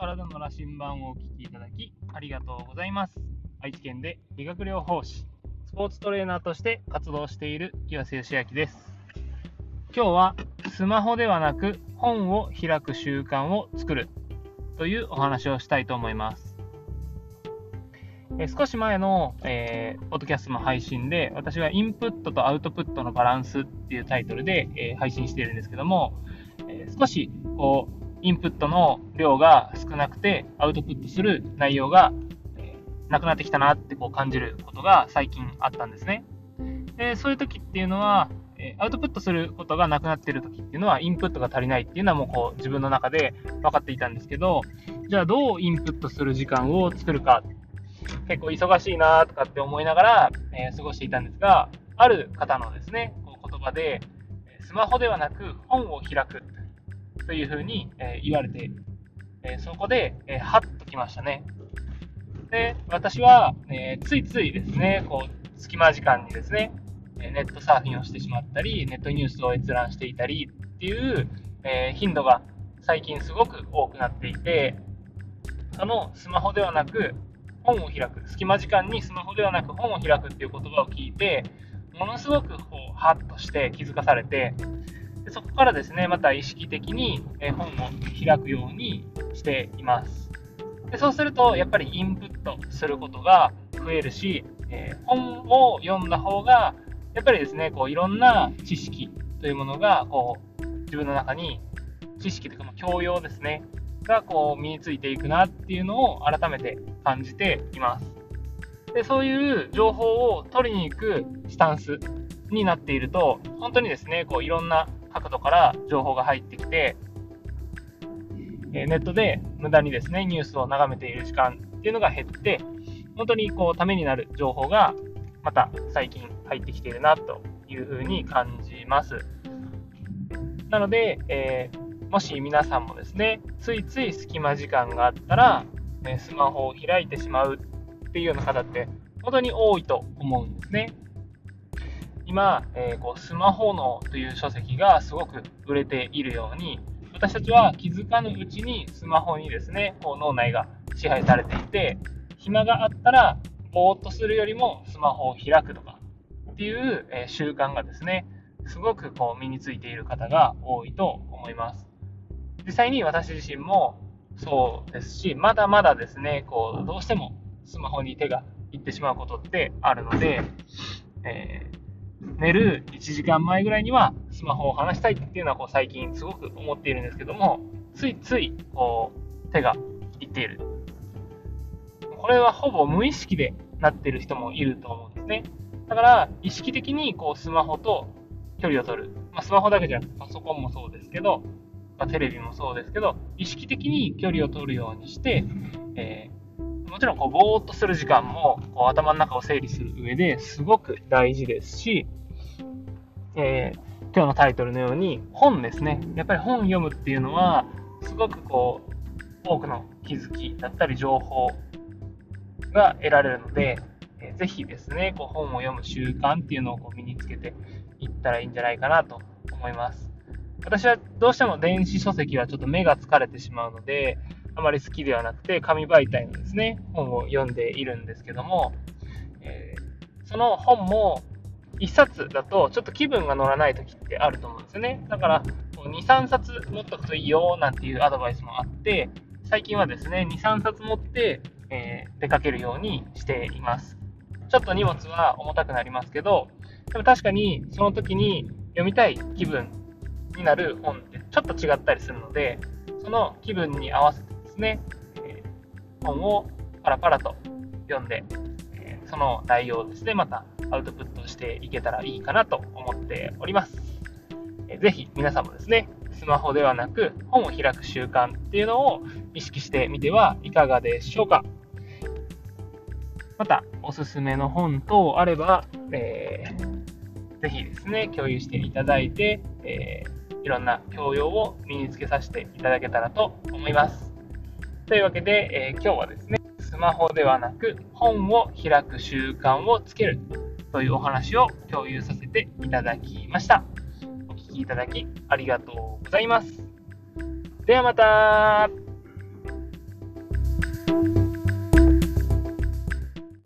体の羅針盤をお聞きいただきありがとうございます。愛知県で理学療法士、スポーツトレーナーとして活動している岩瀬義明です。今日はスマホではなく本を開く習慣を作るというお話をしたいと思います。少し前の、ポッドキャストの配信で、私はインプットとアウトプットのバランスっていうタイトルで、配信しているんですけども、少しインプットの量が少なくてアウトプットする内容が、なくなってきたなって感じることが最近あったんですね。そういう時っていうのは、アウトプットすることがなくなっている時っていうのはインプットが足りないっていうのはもう自分の中で分かっていたんですけど、じゃあどうインプットする時間を作るか、結構忙しいなとかって思いながら、過ごしていたんですが、ある方のですね言葉で、スマホではなく本を開くというふうに言われて、そこでハッときましたね。で、私はついついですね隙間時間にですねネットサーフィンをしてしまったり、ネットニュースを閲覧していたりっていう頻度が最近すごく多くなっていて、そのスマホではなく本を開く、隙間時間にスマホではなく本を開くっていう言葉を聞いて、ものすごくハッとして気づかされて、そこからですねまた意識的に本を開くようにしています。でそうするとやっぱりインプットすることが増えるし、本を読んだ方がやっぱりですねいろんな知識というものが自分の中に、知識というか教養ですねが身についていくなっていうのを改めて感じています。でそういう情報を取りに行くスタンスになっていると、本当にですねいろんな角度から情報が入ってきて、ネットで無駄にですねニュースを眺めている時間っていうのが減って、本当にためになる情報がまた最近入ってきているなというふうに感じます。なので、もし皆さんもですねついつい隙間時間があったら、スマホを開いてしまうっていうような方って本当に多いと思うんですね。今、スマホ脳という書籍がすごく売れているように、私たちは気づかぬうちにスマホにですね脳内が支配されていて、暇があったらぼーっとするよりもスマホを開くとかっていう、習慣がですねすごく身についている方が多いと思います。実際に私自身もそうですし、まだまだですねどうしてもスマホに手がいってしまうことってあるので、寝る1時間前ぐらいにはスマホを離したいっていうのは最近すごく思っているんですけども、ついつい手がいっている。これはほぼ無意識でなっている人もいると思うんですね。だから意識的にスマホと距離を取る、スマホだけじゃなくてパソコンもそうですけど、テレビもそうですけど、意識的に距離を取るようにして、もちろんぼーっとする時間も頭の中を整理する上ですごく大事ですし、今日のタイトルのように本ですね、やっぱり本読むっていうのはすごく多くの気づきだったり情報が得られるので、ぜひですね本を読む習慣っていうのを身につけていったらいいんじゃないかなと思います。私はどうしても電子書籍はちょっと目が疲れてしまうので、あまり好きではなくて紙媒体のですね本を読んでいるんですけども、その本も1冊だとちょっと気分が乗らない時ってあると思うんですよね。だから2、3冊持っとくといいよなんていうアドバイスもあって、最近はですね2、3冊持って、出かけるようにしています。ちょっと荷物は重たくなりますけど、でも確かにその時に読みたい気分になる本ってちょっと違ったりするので、その気分に合わせてですね、本をパラパラと読んで、その内容をですねまたアウトプットしていけたらいいかなと思っております。ぜひ皆さんもですねスマホではなく本を開く習慣っていうのを意識してみてはいかがでしょうか。またおすすめの本等あれば、ぜひですね共有していただいて、いろんな教養を身につけさせていただけたらと思います。というわけで、今日はですねスマホではなく本を開く習慣をつけるというお話を共有させていただきました。お聞きいただきありがとうございます。ではまた。 す。